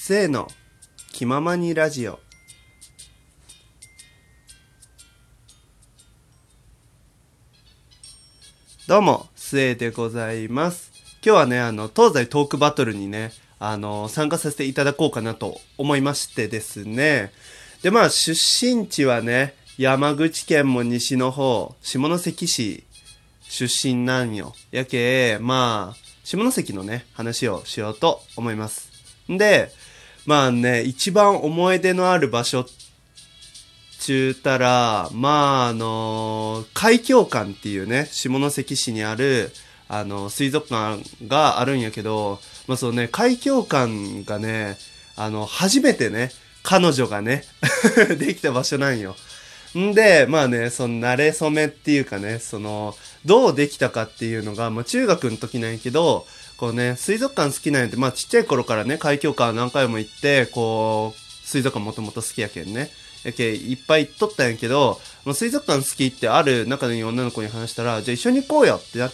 せーの、気ままにラジオ。どうも、スエでございます。今日はね、東西トークバトルにね、参加させていただこうかなと思いましてですね。で、まあ、出身地はね、山口県も西の方、下関市出身なんよ。やけ、まあ、下関のね、話をしようと思います。で、まあね、一番思い出のある場所ちゅうたら、まあ海響館っていうね、下関市にある、水族館があるんやけど、まあそうね、海響館がね、初めてね、彼女がね、できた場所なんよ。んで、まあね、その慣れ初めっていうかね、どうできたかっていうのが、まあ中学の時なんやけど、こうね、水族館好きなんやって、まあちっちゃい頃からね、海響館何回も行って、こう、水族館もともと好きやけんね。やけ、いっぱい行っとったんやけど、まあ、水族館好きってある中の女の子に話したら、じゃあ一緒に行こうよってなって、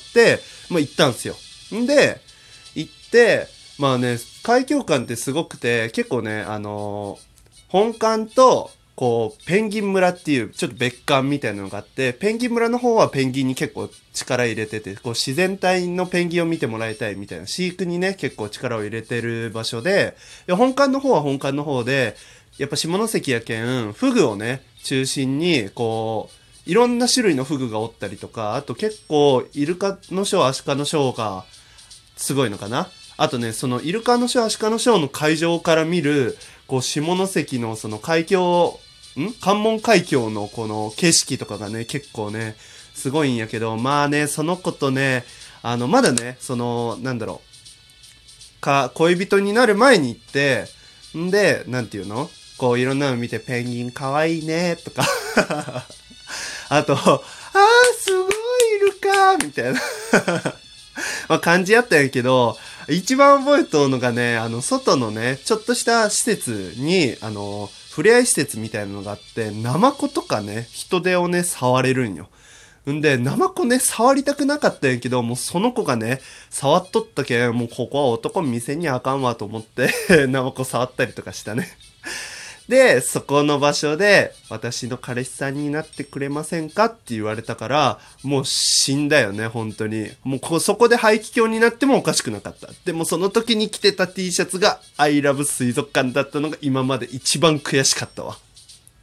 まあ行ったんすよ。んで、行って、まあね、海響館ってすごくて、結構ね、本館と、こう、ペンギン村っていう、ちょっと別館みたいなのがあって、ペンギン村の方はペンギンに結構力入れてて、こう、自然体のペンギンを見てもらいたいみたいな、飼育にね、結構力を入れてる場所で、本館の方は本館の方で、やっぱ下関やけん、フグをね、中心に、こう、いろんな種類のフグがおったりとか、あと結構、イルカのショー、アシカのショーが、すごいのかな。あとね、そのイルカのショー、アシカのショーの会場から見る、こう、下関のその関門海峡のこの景色とかがね、結構ね、すごいんやけど、まあね、その子とね、まだね、恋人になる前に行って、んで、なんていうのこう、いろんなの見て、ペンギンかわいいね、とか。あと、すごいイルカみたいなまあ感じやったんやけど、一番覚えとうのがね、外のね、ちょっとした施設に、触れ合い施設みたいなのがあって、ナマコとかね、人手をね、触れるんよ。んで、ナマコね、触りたくなかったんやけど、もうその子がね、触っとったけん、もうここは男見せにあかんわと思ってナマコ触ったりとかしたね。で、そこの場所で、私の彼氏さんになってくれませんかって言われたから、もう死んだよね、本当に。もうそこで排気胸になってもおかしくなかった。でもその時に着てた T シャツが I love 水族館だったのが今まで一番悔しかったわ。